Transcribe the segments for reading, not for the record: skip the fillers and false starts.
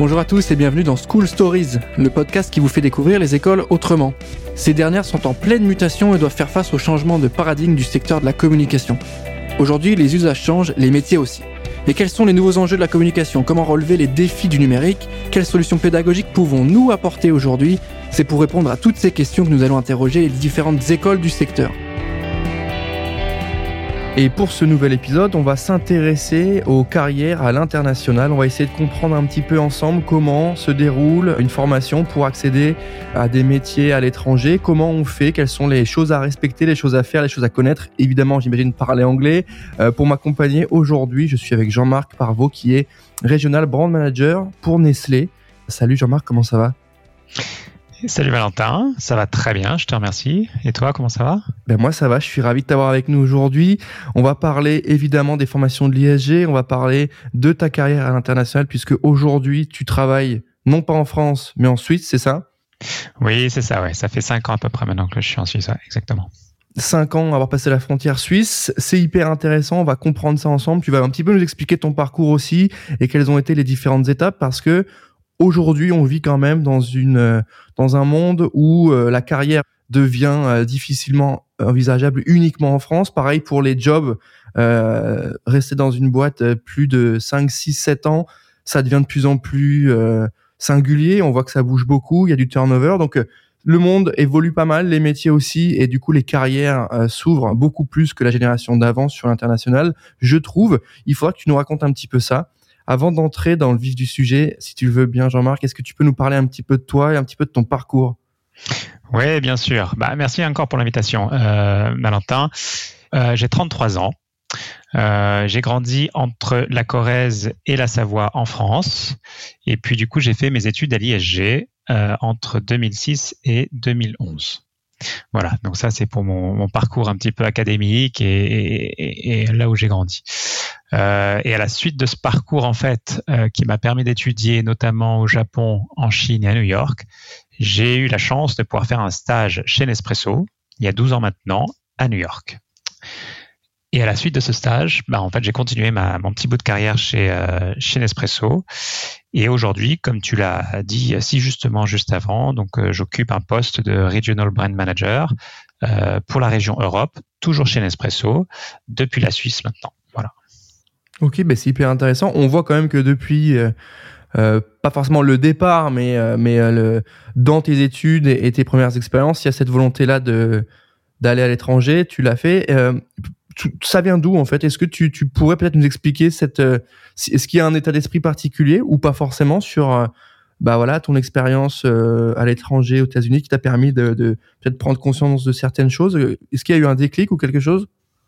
Bonjour à tous et bienvenue dans School Stories, le podcast qui vous fait découvrir les écoles autrement. Ces dernières sont en pleine mutation et doivent faire face au changement de paradigme du secteur de la communication. Aujourd'hui, les usages changent, les métiers aussi. Et quels sont les nouveaux enjeux de la communication ? Comment relever les défis du numérique ? Quelles solutions pédagogiques pouvons-nous apporter aujourd'hui ? C'est pour répondre à toutes ces questions que nous allons interroger les différentes écoles du secteur. Et pour ce nouvel épisode, on va s'intéresser aux carrières à l'international. On va essayer de comprendre un petit peu ensemble comment se déroule une formation pour accéder à des métiers à l'étranger. Comment on fait, quelles sont les choses à respecter, les choses à faire, les choses à connaître. Évidemment, j'imagine parler anglais. Pour m'accompagner aujourd'hui, je suis avec Jean-Marc Parvaux qui est Regional Brand Manager pour Nestlé. Salut Jean-Marc, comment ça va ? Salut Valentin, ça va très bien, je te remercie. Et toi, comment ça va ? Moi ça va, je suis ravi de t'avoir avec nous aujourd'hui. On va parler évidemment des formations de l'ISG, on va parler de ta carrière à l'international puisque aujourd'hui tu travailles non pas en France mais en Suisse, c'est ça ? Oui, c'est ça, ouais. Ça fait 5 ans à peu près maintenant que je suis en Suisse, ouais, exactement. 5 ans à avoir passé la frontière suisse, c'est hyper intéressant, on va comprendre ça ensemble. Tu vas un petit peu nous expliquer ton parcours aussi et quelles ont été les différentes étapes parce que aujourd'hui, on vit quand même dans un monde où la carrière devient difficilement envisageable uniquement en France. Pareil pour les jobs, rester dans une boîte plus de 5, 6, 7 ans, ça devient de plus en plus singulier. On voit que ça bouge beaucoup, il y a du turnover. Donc, le monde évolue pas mal, les métiers aussi, et du coup, les carrières s'ouvrent beaucoup plus que la génération d'avant sur l'international. Je trouve, il faudra que tu nous racontes un petit peu ça. Avant d'entrer dans le vif du sujet, si tu le veux bien, Jean-Marc, est-ce que tu peux nous parler un petit peu de toi et un petit peu de ton parcours ? Oui, bien sûr. Merci encore pour l'invitation, Valentin. J'ai 33 ans. J'ai grandi entre la Corrèze et la Savoie en France. Et puis, du coup, j'ai fait mes études à l'ISG entre 2006 et 2011. Voilà, donc ça, c'est pour mon parcours un petit peu académique et là où j'ai grandi. Et à la suite de ce parcours, en fait, qui m'a permis d'étudier notamment au Japon, en Chine et à New York, j'ai eu la chance de pouvoir faire un stage chez Nespresso, il y a 12 ans maintenant, à New York. Et à la suite de ce stage, en fait, j'ai continué mon petit bout de carrière chez Nespresso. Et aujourd'hui, comme tu l'as dit si justement juste avant, donc j'occupe un poste de Regional Brand Manager pour la région Europe, toujours chez Nespresso, depuis la Suisse maintenant. Voilà. Ok, c'est hyper intéressant. On voit quand même que depuis, pas forcément le départ, mais dans tes études et tes premières expériences, il y a cette volonté-là d'aller à l'étranger. Tu l'as fait. Ça vient d'où en fait ? Est-ce que tu pourrais peut-être nous expliquer est-ce qu'il y a un état d'esprit particulier ou pas forcément sur ton expérience à l'étranger aux États-Unis qui t'a permis de peut-être prendre conscience de certaines choses ? Est-ce qu'il y a eu un déclic ou quelque chose ?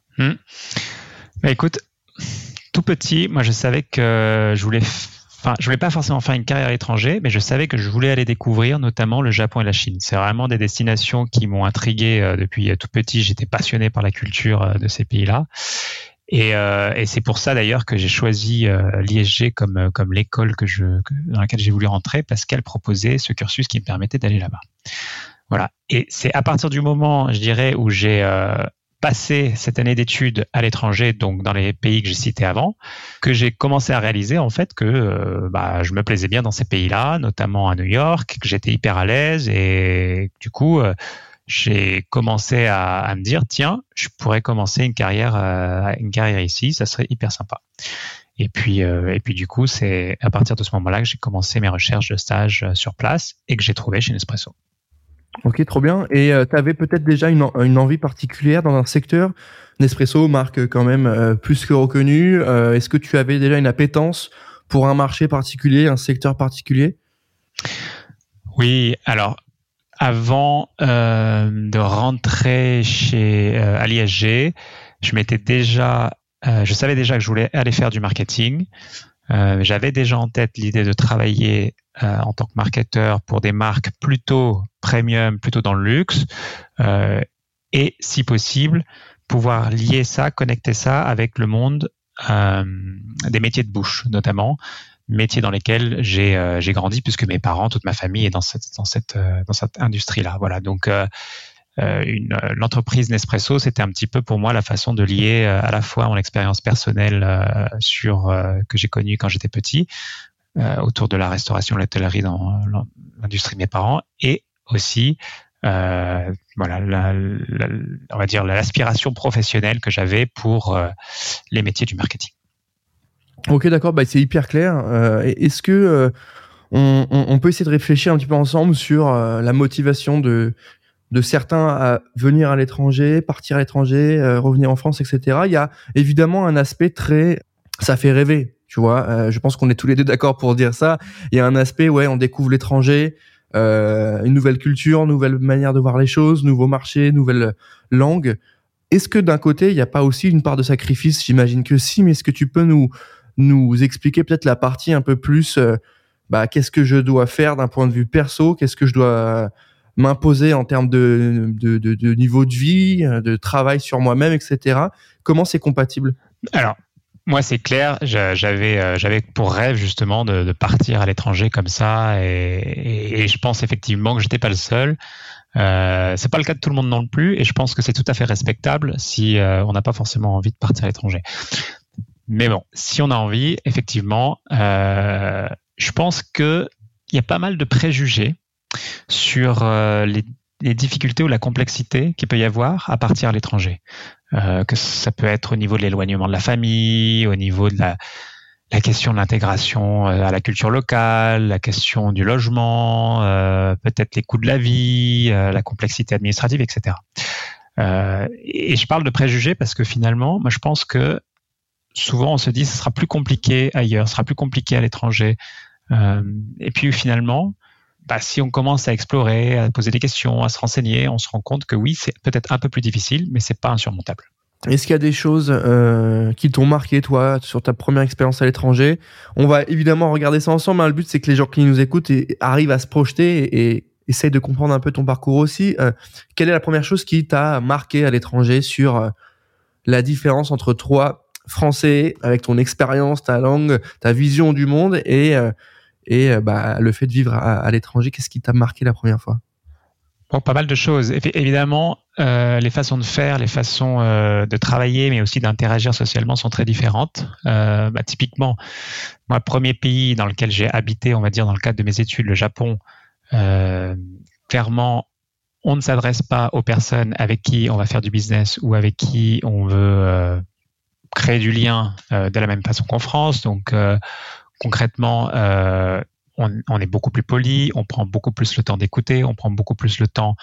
Écoute, tout petit, moi je savais que je voulais pas forcément faire une carrière à l'étranger, mais je savais que je voulais aller découvrir notamment le Japon et la Chine. C'est vraiment des destinations qui m'ont intrigué depuis tout petit. J'étais passionné par la culture de ces pays-là. Et c'est pour ça d'ailleurs que j'ai choisi l'ISG comme l'école dans laquelle j'ai voulu rentrer, parce qu'elle proposait ce cursus qui me permettait d'aller là-bas. Voilà. Et c'est à partir du moment, je dirais, où j'ai passé cette année d'études à l'étranger, donc dans les pays que j'ai cités avant, que j'ai commencé à réaliser en fait que je me plaisais bien dans ces pays-là, notamment à New York, que j'étais hyper à l'aise et du coup j'ai commencé à me dire tiens, je pourrais commencer une carrière ici, ça serait hyper sympa. Et puis du coup c'est à partir de ce moment-là que j'ai commencé mes recherches de stage sur place et que j'ai trouvé chez Nespresso. Ok, trop bien. Et tu avais peut-être déjà une envie particulière dans un secteur ? Nespresso, marque quand même plus que reconnue. Est-ce que tu avais déjà une appétence pour un marché particulier, un secteur particulier ? Oui, alors avant de rentrer à l'ISG, je savais déjà que je voulais aller faire du marketing. J'avais déjà en tête l'idée de travailler en tant que marketeur pour des marques plutôt premium, plutôt dans le luxe, et si possible, pouvoir lier ça, connecter ça avec le monde des métiers de bouche, notamment métiers dans lesquels j'ai grandi puisque mes parents, toute ma famille est dans cette industrie-là. Voilà, donc l'entreprise Nespresso, c'était un petit peu pour moi la façon de lier à la fois mon expérience personnelle que j'ai connue quand j'étais petit, autour de la restauration, l'hôtellerie dans l'industrie de mes parents, et aussi voilà, on va dire l'aspiration professionnelle que j'avais pour les métiers du marketing. Ok, d'accord, bah, c'est hyper clair. Est-ce que on peut essayer de réfléchir un petit peu ensemble sur la motivation de certains à venir à l'étranger, partir à l'étranger, revenir en France, etc. Il y a évidemment un aspect ça fait rêver, tu vois. Je pense qu'on est tous les deux d'accord pour dire ça. Il y a un aspect, ouais, on découvre l'étranger, une nouvelle culture, nouvelle manière de voir les choses, nouveaux marchés, nouvelle langue. Est-ce que d'un côté, il n'y a pas aussi une part de sacrifice? J'imagine que si, mais est-ce que tu peux nous expliquer peut-être la partie un peu plus, qu'est-ce que je dois faire d'un point de vue perso? Qu'est-ce que je dois m'imposer en termes de niveau de vie, de travail sur moi-même, etc. Comment c'est compatible? Alors, moi, c'est clair, j'avais pour rêve justement de partir à l'étranger comme ça, et je pense effectivement que j'étais pas le seul. C'est pas le cas de tout le monde non plus, et je pense que c'est tout à fait respectable si on n'a pas forcément envie de partir à l'étranger. Mais bon, si on a envie, effectivement, je pense que il y a pas mal de préjugés sur les difficultés ou la complexité qu'il peut y avoir à partir à l'étranger. Que ça peut être au niveau de l'éloignement de la famille, au niveau de la question de l'intégration à la culture locale, la question du logement, peut-être les coûts de la vie, la complexité administrative, etc. Et je parle de préjugés parce que finalement, moi je pense que souvent on se dit que ce sera plus compliqué ailleurs, ce sera plus compliqué à l'étranger. Et puis finalement, si on commence à explorer, à poser des questions, à se renseigner, on se rend compte que oui, c'est peut-être un peu plus difficile, mais c'est pas insurmontable. Est-ce qu'il y a des choses qui t'ont marqué, toi, sur ta première expérience à l'étranger? On va évidemment regarder ça ensemble, hein. Le but, c'est que les gens qui nous écoutent arrivent à se projeter et essayent de comprendre un peu ton parcours aussi. Quelle est la première chose qui t'a marqué à l'étranger sur la différence entre toi, français, avec ton expérience, ta langue, ta vision du monde et le fait de vivre à l'étranger? Qu'est-ce qui t'a marqué la première fois? Bon, pas mal de choses. Évidemment, les façons de faire, les façons de travailler, mais aussi d'interagir socialement sont très différentes. Typiquement, moi, premier pays dans lequel j'ai habité, on va dire dans le cadre de mes études, le Japon, clairement, on ne s'adresse pas aux personnes avec qui on va faire du business ou avec qui on veut créer du lien de la même façon qu'en France. Donc, concrètement, on est beaucoup plus poli, on prend beaucoup plus le temps d'écouter, on prend beaucoup plus le temps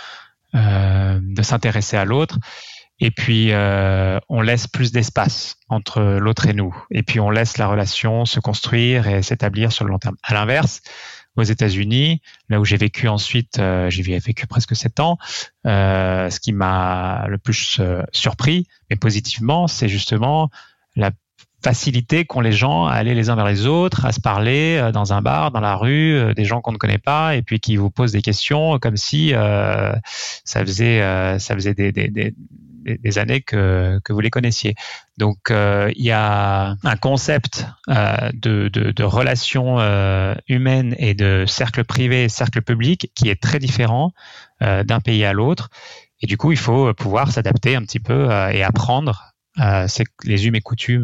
de s'intéresser à l'autre. Et puis, on laisse plus d'espace entre l'autre et nous. Et puis, on laisse la relation se construire et s'établir sur le long terme. À l'inverse, aux États-Unis, là où j'ai vécu ensuite, j'y ai vécu presque 7 ans, ce qui m'a le plus surpris, mais positivement, c'est justement la facilité qu'ont les gens à aller les uns vers les autres, à se parler dans un bar, dans la rue, des gens qu'on ne connaît pas, et puis qui vous posent des questions comme si ça faisait des années que vous les connaissiez. Donc il y a un concept de relations humaines et de cercle privé et cercle public qui est très différent d'un pays à l'autre, et du coup il faut pouvoir s'adapter un petit peu et apprendre c'est les us et coutumes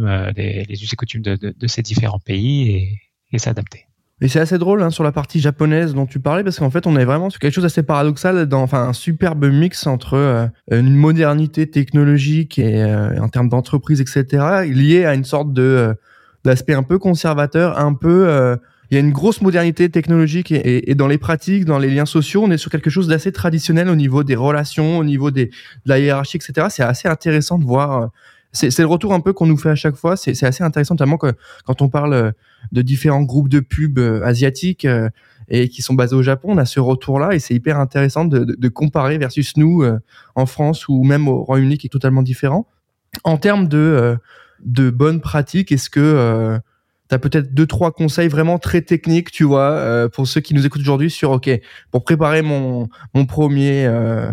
de ces différents pays et s'adapter. Et c'est assez drôle sur la partie japonaise dont tu parlais, parce qu'en fait on est vraiment sur quelque chose d'assez paradoxal, un superbe mix entre une modernité technologique et en termes d'entreprise, etc., lié à une sorte d'aspect un peu conservateur, il y a une grosse modernité technologique et dans les pratiques, dans les liens sociaux, on est sur quelque chose d'assez traditionnel au niveau des relations, au niveau de la hiérarchie, etc. C'est assez intéressant de voir. C'est le retour un peu qu'on nous fait à chaque fois. C'est assez intéressant, notamment quand on parle de différents groupes de pubs asiatiques et qui sont basés au Japon, on a ce retour-là et c'est hyper intéressant de comparer versus nous en France ou même au Royaume-Uni qui est totalement différent. En termes de bonnes pratiques, est-ce que t'as peut-être 2-3 conseils vraiment très techniques, tu vois, pour ceux qui nous écoutent aujourd'hui sur pour préparer mon premier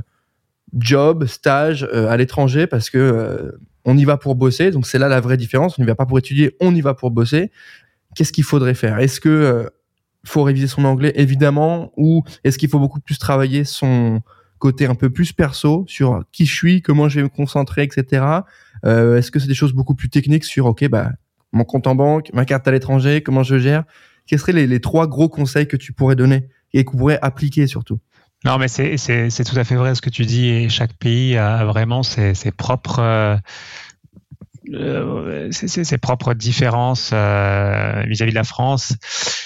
job, stage à l'étranger, parce que on y va pour bosser, donc c'est là la vraie différence. On n'y va pas pour étudier, on y va pour bosser. Qu'est-ce qu'il faudrait faire? Est-ce que faut réviser son anglais, évidemment, ou est-ce qu'il faut beaucoup plus travailler son côté un peu plus perso sur qui je suis, comment je vais me concentrer, etc. Est-ce que c'est des choses beaucoup plus techniques sur mon compte en banque, ma carte à l'étranger, comment je gère? Quels seraient les 3 gros conseils que tu pourrais donner et qu'on pourrait appliquer surtout? Non, mais c'est tout à fait vrai ce que tu dis, et chaque pays a vraiment ses propres ses propres différences vis-à-vis de la France.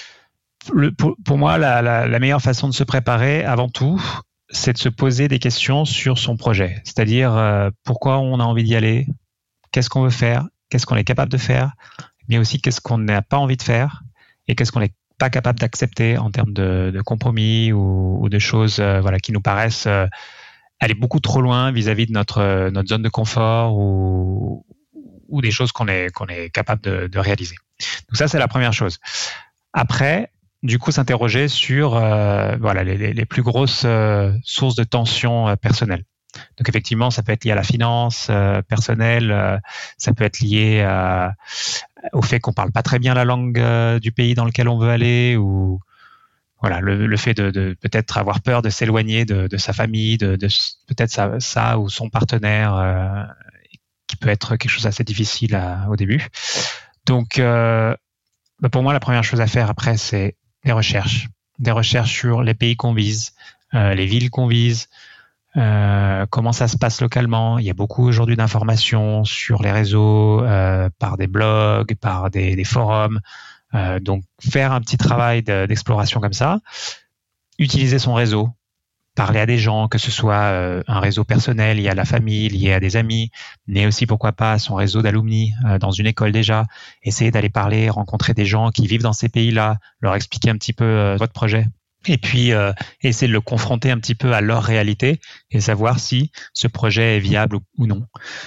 Pour moi, la meilleure façon de se préparer, avant tout, c'est de se poser des questions sur son projet. C'est-à-dire pourquoi on a envie d'y aller, qu'est-ce qu'on veut faire, qu'est-ce qu'on est capable de faire, mais aussi qu'est-ce qu'on n'a pas envie de faire et qu'est-ce qu'on n'est pas capable d'accepter en termes de compromis ou de choses qui nous paraissent aller beaucoup trop loin vis-à-vis de notre zone de confort ou des choses qu'on est capable de réaliser. Donc ça, c'est la première chose. Après, du coup, s'interroger sur les plus grosses sources de tension personnelle. Donc effectivement, ça peut être lié à la finance personnelle, ça peut être lié au fait qu'on parle pas très bien la langue du pays dans lequel on veut aller, ou voilà, le fait de peut-être avoir peur de s'éloigner de sa famille, de peut-être ça ou son partenaire, qui peut être quelque chose d'assez difficile au début. Donc pour moi, la première chose à faire après, c'est des recherches sur les pays qu'on vise, les villes qu'on vise, comment ça se passe localement. Il y a beaucoup aujourd'hui d'informations sur les réseaux, par des blogs, par des forums. Donc faire un petit travail d'exploration comme ça, utiliser son réseau, parler à des gens, que ce soit un réseau personnel lié à la famille, lié à des amis, mais aussi pourquoi pas son réseau d'alumni dans une école déjà. Essayer d'aller parler, rencontrer des gens qui vivent dans ces pays-là, leur expliquer un petit peu votre projet. Et puis essayer de le confronter un petit peu à leur réalité et savoir si ce projet est viable ou non.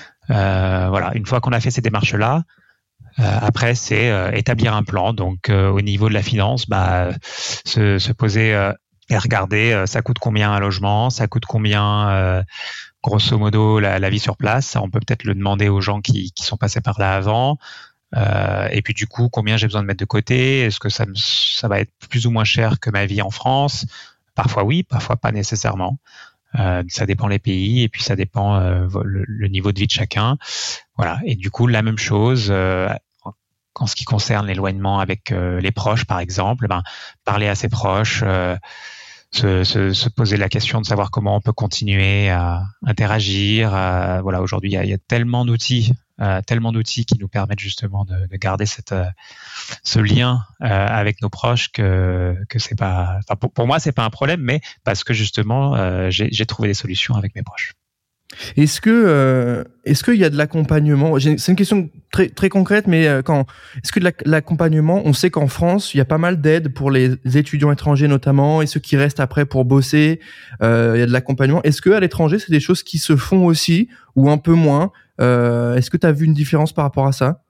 Une fois qu'on a fait ces démarches-là, après c'est établir un plan. Donc au niveau de la finance, se poser et regarder ça coûte combien un logement, ça coûte combien grosso modo la vie sur place. Ça, on peut peut-être le demander aux gens qui sont passés par là avant. Et puis du coup, combien j'ai besoin de mettre de côté? Est-ce que ça va être plus ou moins cher que ma vie en France? Parfois oui, parfois pas nécessairement. Ça dépend les pays et puis ça dépend le niveau de vie de chacun. Voilà. Et du coup, la même chose en ce qui concerne l'éloignement avec les proches, par exemple. Parler à ses proches, se poser la question de savoir comment on peut continuer à interagir. Aujourd'hui, il y a tellement d'outils qui nous permettent justement de garder ce lien avec nos proches que c'est pas. Enfin, pour moi, c'est pas un problème, mais parce que justement, j'ai trouvé des solutions avec mes proches. Est-ce qu'il y a de l'accompagnement? C'est une question très très concrète, mais est-ce que de l'accompagnement, on sait qu'en France, il y a pas mal d'aides pour les étudiants étrangers notamment et ceux qui restent après pour bosser. Il y a de l'accompagnement. Est-ce que à l'étranger, c'est des choses qui se font aussi ou un peu moins? Est-ce que tu as vu une différence par rapport à ça?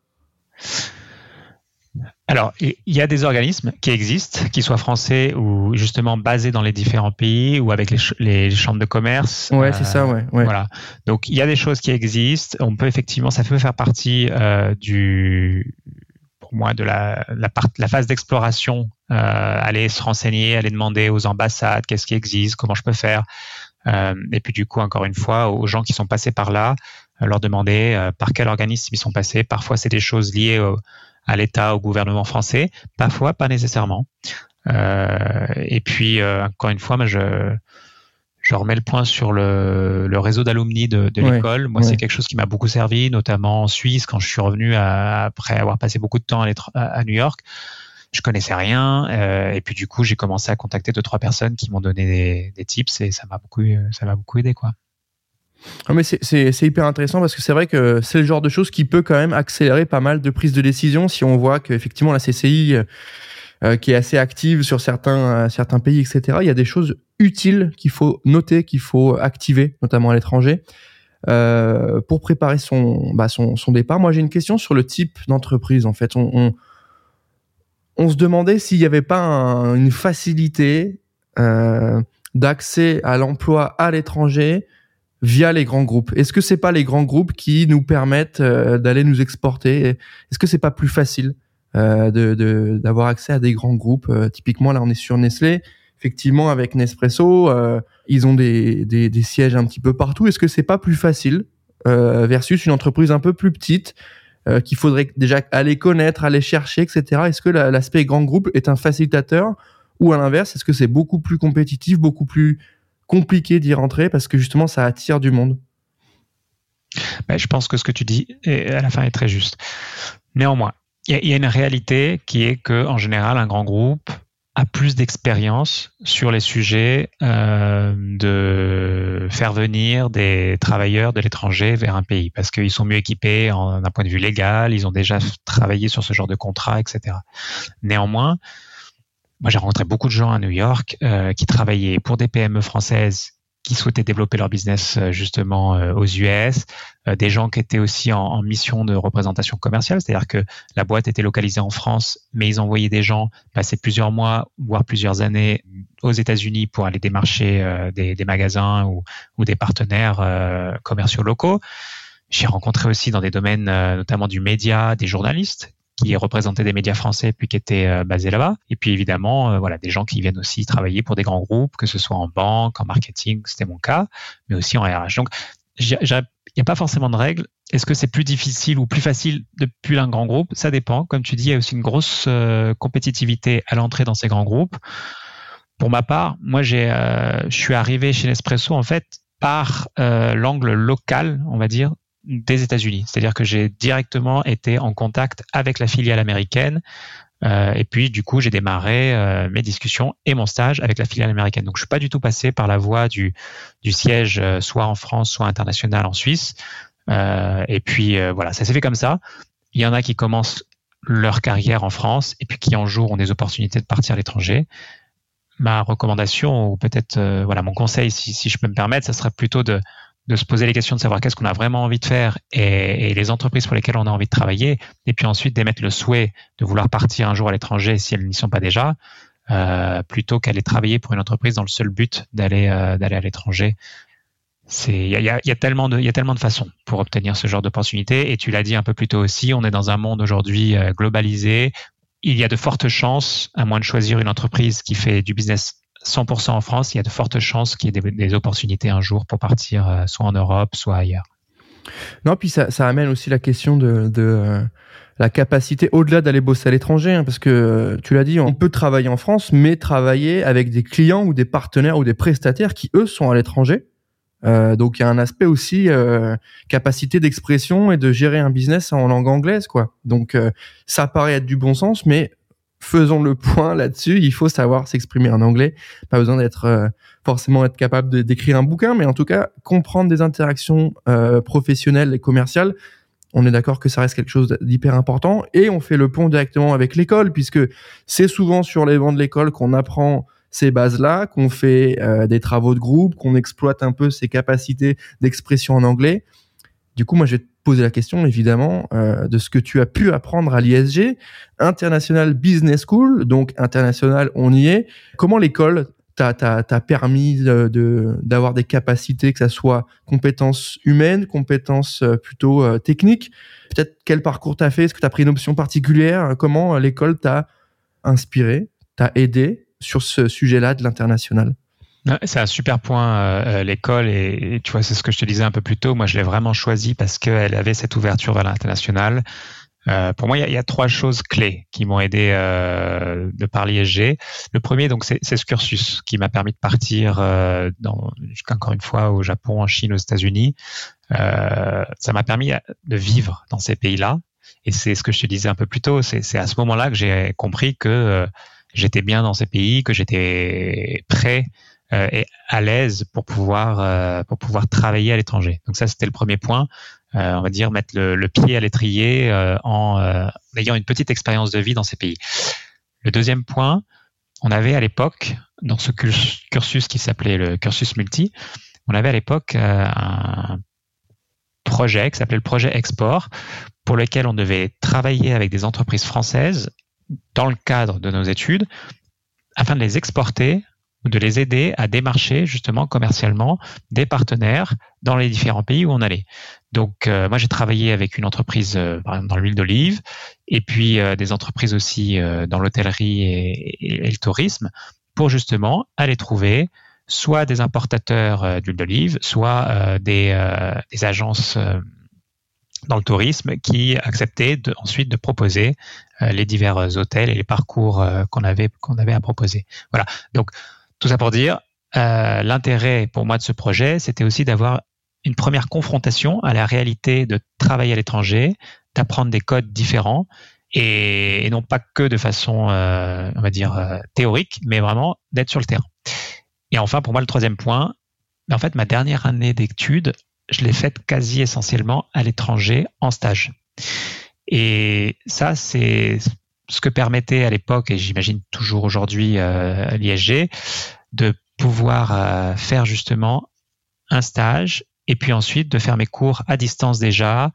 Alors, il y a des organismes qui existent, qu'ils soient français ou justement basés dans les différents pays ou avec les chambres de commerce. Ouais, c'est ça, ouais. Voilà. Donc, il y a des choses qui existent. On peut effectivement, ça peut faire partie pour moi, de la phase d'exploration. Aller se renseigner, aller demander aux ambassades qu'est-ce qui existe, comment je peux faire. Et puis, du coup, encore une fois, aux gens qui sont passés par là, leur demander par quel organisme ils sont passés. Parfois, c'est des choses liées à l'État, au gouvernement français, parfois pas nécessairement. Et puis, encore une fois, je remets le point sur le réseau d'alumni de l'école. Moi, c'est quelque chose qui m'a beaucoup servi, notamment en Suisse, quand je suis revenu après avoir passé beaucoup de temps à New York. Je connaissais rien, et puis du coup, j'ai commencé à contacter 2-3 personnes qui m'ont donné des tips, et ça m'a beaucoup aidé, quoi. Ah, mais c'est hyper intéressant parce que c'est vrai que c'est le genre de choses qui peut quand même accélérer pas mal de prises de décision si on voit qu'effectivement la CCI qui est assez active sur certains pays, etc. Il y a des choses utiles qu'il faut noter, qu'il faut activer, notamment à l'étranger, pour préparer son départ. Moi, j'ai une question sur le type d'entreprise. En fait, on se demandait s'il n'y avait pas une facilité d'accès à l'emploi à l'étranger via les grands groupes. Est-ce que c'est pas les grands groupes qui nous permettent d'aller nous exporter? Est-ce que c'est pas plus facile d'avoir accès à des grands groupes? Typiquement, là, on est sur Nestlé. Effectivement, avec Nespresso, ils ont des sièges un petit peu partout. Est-ce que c'est pas plus facile versus une entreprise un peu plus petite qu'il faudrait déjà aller connaître, aller chercher, etc. Est-ce que l'aspect grand groupe est un facilitateur ou à l'inverse, est-ce que c'est beaucoup plus compétitif, beaucoup plus compliqué d'y rentrer parce que justement ça attire du monde? Je pense que ce que tu dis à la fin est très juste. Néanmoins, il y a une réalité qui est qu'en général, un grand groupe a plus d'expérience sur les sujets de faire venir des travailleurs de l'étranger vers un pays parce qu'ils sont mieux équipés d'un point de vue légal, ils ont déjà travaillé sur ce genre de contrat, etc. Néanmoins, moi j'ai rencontré beaucoup de gens à New York qui travaillaient pour des PME françaises qui souhaitaient développer leur business justement aux US, des gens qui étaient aussi en mission de représentation commerciale, c'est-à-dire que la boîte était localisée en France, mais ils envoyaient des gens passer plusieurs mois, voire plusieurs années aux États-Unis pour aller démarcher des magasins ou des partenaires commerciaux locaux. J'ai rencontré aussi dans des domaines notamment du média, des journalistes qui représentaient des médias français puis qui étaient basés là-bas. Et puis évidemment, des gens qui viennent aussi travailler pour des grands groupes, que ce soit en banque, en marketing, c'était mon cas, mais aussi en RH. Donc, il n'y a pas forcément de règle. Est-ce que c'est plus difficile ou plus facile depuis un grand groupe? Ça dépend. Comme tu dis, il y a aussi une grosse compétitivité à l'entrée dans ces grands groupes. Pour ma part, moi, je suis arrivé chez Nespresso en fait par l'angle local, on va dire, des États-Unis. C'est-à-dire que j'ai directement été en contact avec la filiale américaine et puis du coup j'ai démarré mes discussions et mon stage avec la filiale américaine. Donc je suis pas du tout passé par la voie du siège soit en France soit international en Suisse. Et puis voilà, ça s'est fait comme ça. Il y en a qui commencent leur carrière en France et puis qui un jour ont des opportunités de partir à l'étranger. Ma recommandation ou peut-être mon conseil si je peux me permettre, ça serait plutôt de se poser les questions de savoir qu'est-ce qu'on a vraiment envie de faire et les entreprises pour lesquelles on a envie de travailler, et puis ensuite d'émettre le souhait de vouloir partir un jour à l'étranger si elles n'y sont pas déjà, plutôt qu'aller travailler pour une entreprise dans le seul but d'aller à l'étranger. Il y a tellement de façons pour obtenir ce genre d'opportunité, et tu l'as dit un peu plus tôt aussi, on est dans un monde aujourd'hui globalisé. Il y a de fortes chances, à moins de choisir une entreprise qui fait du business 100% en France, il y a de fortes chances qu'il y ait des opportunités un jour pour partir soit en Europe, soit ailleurs. Non, puis ça amène aussi la question de la capacité au-delà d'aller bosser à l'étranger, hein, parce que tu l'as dit, on peut travailler en France, mais travailler avec des clients ou des partenaires ou des prestataires qui, eux, sont à l'étranger. Donc, il y a un aspect aussi capacité d'expression et de gérer un business en langue anglaise, quoi. Donc, ça paraît être du bon sens, mais faisons le point là-dessus. Il faut savoir s'exprimer en anglais. Pas besoin d'être forcément être capable d'écrire un bouquin, mais en tout cas comprendre des interactions professionnelles et commerciales. On est d'accord que ça reste quelque chose d'hyper important, et on fait le pont directement avec l'école, puisque c'est souvent sur les bancs de l'école qu'on apprend ces bases-là, qu'on fait des travaux de groupe, qu'on exploite un peu ses capacités d'expression en anglais. Du coup, moi, je vais te poser la question, évidemment, de ce que tu as pu apprendre à l'ISG, International Business School, donc international, on y est. Comment l'école t'a permis d'avoir des capacités, que ça soit compétences humaines, compétences plutôt techniques? Peut-être quel parcours t'as fait? Est-ce que t'as pris une option particulière? Comment l'école t'a inspiré, t'a aidé sur ce sujet-là de l'international? C'est un super point, l'école, et tu vois, c'est ce que je te disais un peu plus tôt. Moi, je l'ai vraiment choisi parce qu'elle avait cette ouverture vers l'international. Pour moi, il y a trois choses clés qui m'ont aidé de par l'ISG. Le premier, donc, c'est ce cursus qui m'a permis de partir encore une fois au Japon, en Chine, aux États-Unis. Ça m'a permis de vivre dans ces pays-là. Et c'est ce que je te disais un peu plus tôt. C'est à ce moment-là que j'ai compris que j'étais bien dans ces pays, que j'étais prêt et à l'aise pour pouvoir travailler à l'étranger. Donc ça, c'était le premier point. On va dire mettre le pied à l'étrier en ayant une petite expérience de vie dans ces pays. Le deuxième point, on avait à l'époque, dans ce cursus qui s'appelait le cursus multi, on avait à l'époque un projet qui s'appelait le projet Export, pour lequel on devait travailler avec des entreprises françaises dans le cadre de nos études afin de les exporter ou de les aider à démarcher justement commercialement des partenaires dans les différents pays où on allait. Donc moi j'ai travaillé avec une entreprise par exemple dans l'huile d'olive, et puis des entreprises aussi dans l'hôtellerie et le tourisme, pour justement aller trouver soit des importateurs d'huile d'olive, soit des agences dans le tourisme qui acceptaient ensuite de proposer les divers hôtels et les parcours qu'on avait à proposer. Voilà. Donc, tout ça pour dire, l'intérêt pour moi de ce projet, c'était aussi d'avoir une première confrontation à la réalité de travailler à l'étranger, d'apprendre des codes différents et non pas que de façon, on va dire, théorique, mais vraiment d'être sur le terrain. Et enfin, pour moi, le troisième point, en fait, ma dernière année d'études, je l'ai faite quasi essentiellement à l'étranger en stage. Et ça, c'est ce que permettait à l'époque, et j'imagine toujours aujourd'hui l'ISG, de pouvoir faire justement un stage et puis ensuite de faire mes cours à distance déjà,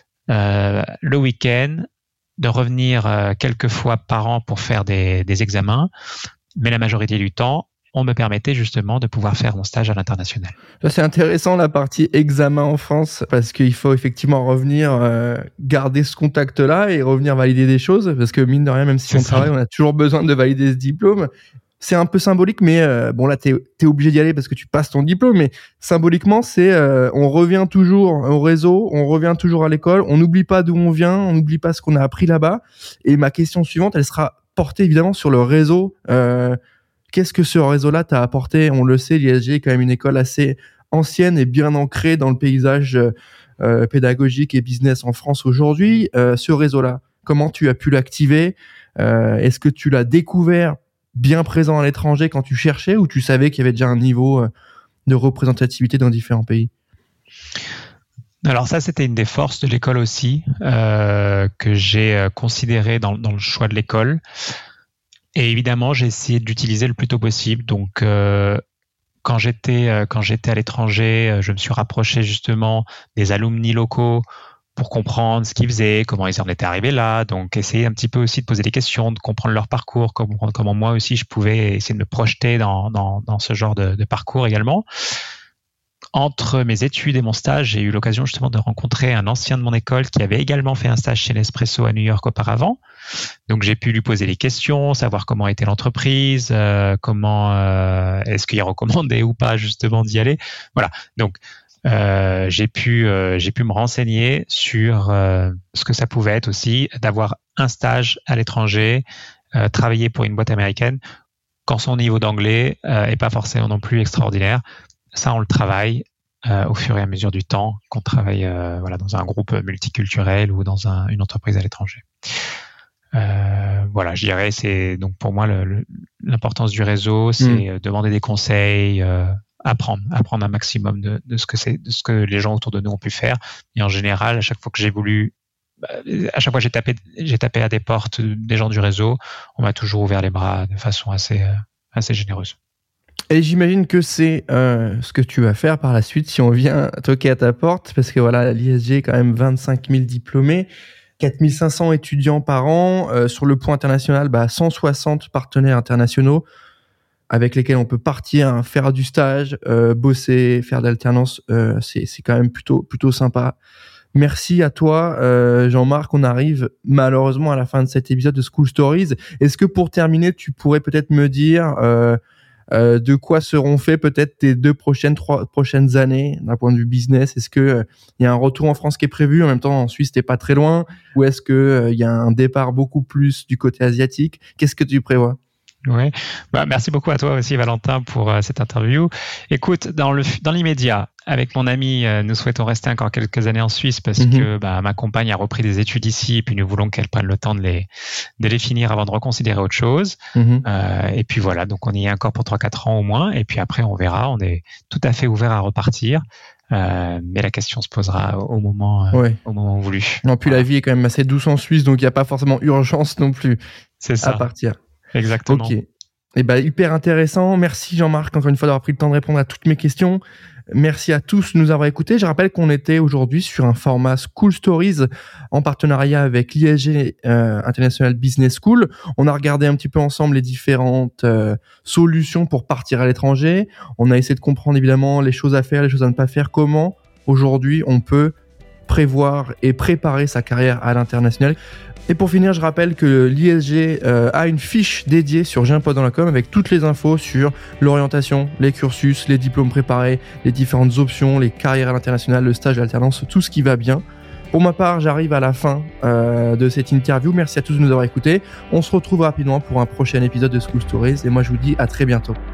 le week-end, de revenir quelques fois par an pour faire des examens, mais la majorité du temps, on me permettait justement de pouvoir faire mon stage à l'international. C'est intéressant la partie examen en France parce qu'il faut effectivement revenir garder ce contact-là et revenir valider des choses parce que mine de rien, même si on travaille, on a toujours besoin de valider ce diplôme. C'est un peu symbolique, mais bon là t'es obligé d'y aller parce que tu passes ton diplôme. Mais symboliquement, c'est on revient toujours au réseau, on revient toujours à l'école, on n'oublie pas d'où on vient, on n'oublie pas ce qu'on a appris là-bas. Et ma question suivante, elle sera portée évidemment sur le réseau. Qu'est-ce que ce réseau-là t'a apporté ? On le sait, l'ISG est quand même une école assez ancienne et bien ancrée dans le paysage pédagogique et business en France aujourd'hui. Ce réseau-là, comment tu as pu l'activer ? Est-ce que tu l'as découvert bien présent à l'étranger quand tu cherchais ou tu savais qu'il y avait déjà un niveau de représentativité dans différents pays ? Alors ça, c'était une des forces de l'école aussi que j'ai considéré dans le choix de l'école. Et évidemment, j'ai essayé d'utiliser le plus tôt possible. Donc, quand j'étais à l'étranger, je me suis rapproché justement des alumni locaux pour comprendre ce qu'ils faisaient, comment ils en étaient arrivés là. Donc, essayer un petit peu aussi de poser des questions, de comprendre leur parcours, comment moi aussi je pouvais essayer de me projeter dans ce genre de parcours également. Entre mes études et mon stage, j'ai eu l'occasion justement de rencontrer un ancien de mon école qui avait également fait un stage chez Nespresso à New York auparavant. Donc, j'ai pu lui poser des questions, savoir comment était l'entreprise, est-ce qu'il recommandait ou pas justement d'y aller. Voilà. Donc, j'ai pu me renseigner sur ce que ça pouvait être aussi d'avoir un stage à l'étranger, travailler pour une boîte américaine quand son niveau d'anglais est pas forcément non plus extraordinaire. Ça, on le travaille au fur et à mesure du temps qu'on travaille dans un groupe multiculturel ou dans une entreprise à l'étranger. Je dirais, c'est donc pour moi l'importance du réseau, c'est demander des conseils, apprendre un maximum de ce que les gens autour de nous ont pu faire. Et en général, à chaque fois que j'ai tapé à des portes des gens du réseau, on m'a toujours ouvert les bras de façon assez généreuse. Et j'imagine que c'est ce que tu vas faire par la suite si on vient toquer à ta porte, parce que voilà, l'ISG est quand même 25 000 diplômés, 4 500 étudiants par an, sur le point international, 160 partenaires internationaux avec lesquels on peut partir, faire du stage, bosser, faire d'alternance, c'est quand même plutôt sympa. Merci à toi, Jean-Marc. On arrive malheureusement à la fin de cet épisode de School Stories. Est-ce que pour terminer, tu pourrais peut-être me dire de quoi seront faits peut-être tes 3 prochaines années d'un point de vue business? Est-ce que il y a un retour en France qui est prévu? En même temps, en Suisse, t'es pas très loin. Ou est-ce que il y a un départ beaucoup plus du côté asiatique? Qu'est-ce que tu prévois? Oui, merci beaucoup à toi aussi, Valentin, pour cette interview. Écoute, dans l'immédiat, avec mon ami, nous souhaitons rester encore quelques années en Suisse parce que ma compagne a repris des études ici et puis nous voulons qu'elle prenne le temps de les finir avant de reconsidérer autre chose. Et puis voilà, donc on y est encore pour 3-4 ans au moins et puis après on verra, on est tout à fait ouvert à repartir. Mais la question se posera au moment voulu. Non, puis la vie est quand même assez douce en Suisse, donc il n'y a pas forcément urgence non plus à partir. Exactement. Ok. Hyper intéressant. Merci Jean-Marc encore une fois d'avoir pris le temps de répondre à toutes mes questions. Merci à tous de nous avoir écoutés. Je rappelle qu'on était aujourd'hui sur un format School Stories en partenariat avec l'ISG International Business School. On a regardé un petit peu ensemble les différentes solutions pour partir à l'étranger. On a essayé de comprendre évidemment les choses à faire, les choses à ne pas faire. Comment aujourd'hui on peut prévoir et préparer sa carrière à l'international. Et pour finir, je rappelle que l'ISG a une fiche dédiée sur jiunpod.com avec toutes les infos sur l'orientation, les cursus, les diplômes préparés, les différentes options, les carrières à l'international, le stage, l'alternance, tout ce qui va bien. Pour ma part, j'arrive à la fin de cette interview. Merci à tous de nous avoir écoutés. On se retrouve rapidement pour un prochain épisode de School Stories et moi je vous dis à très bientôt.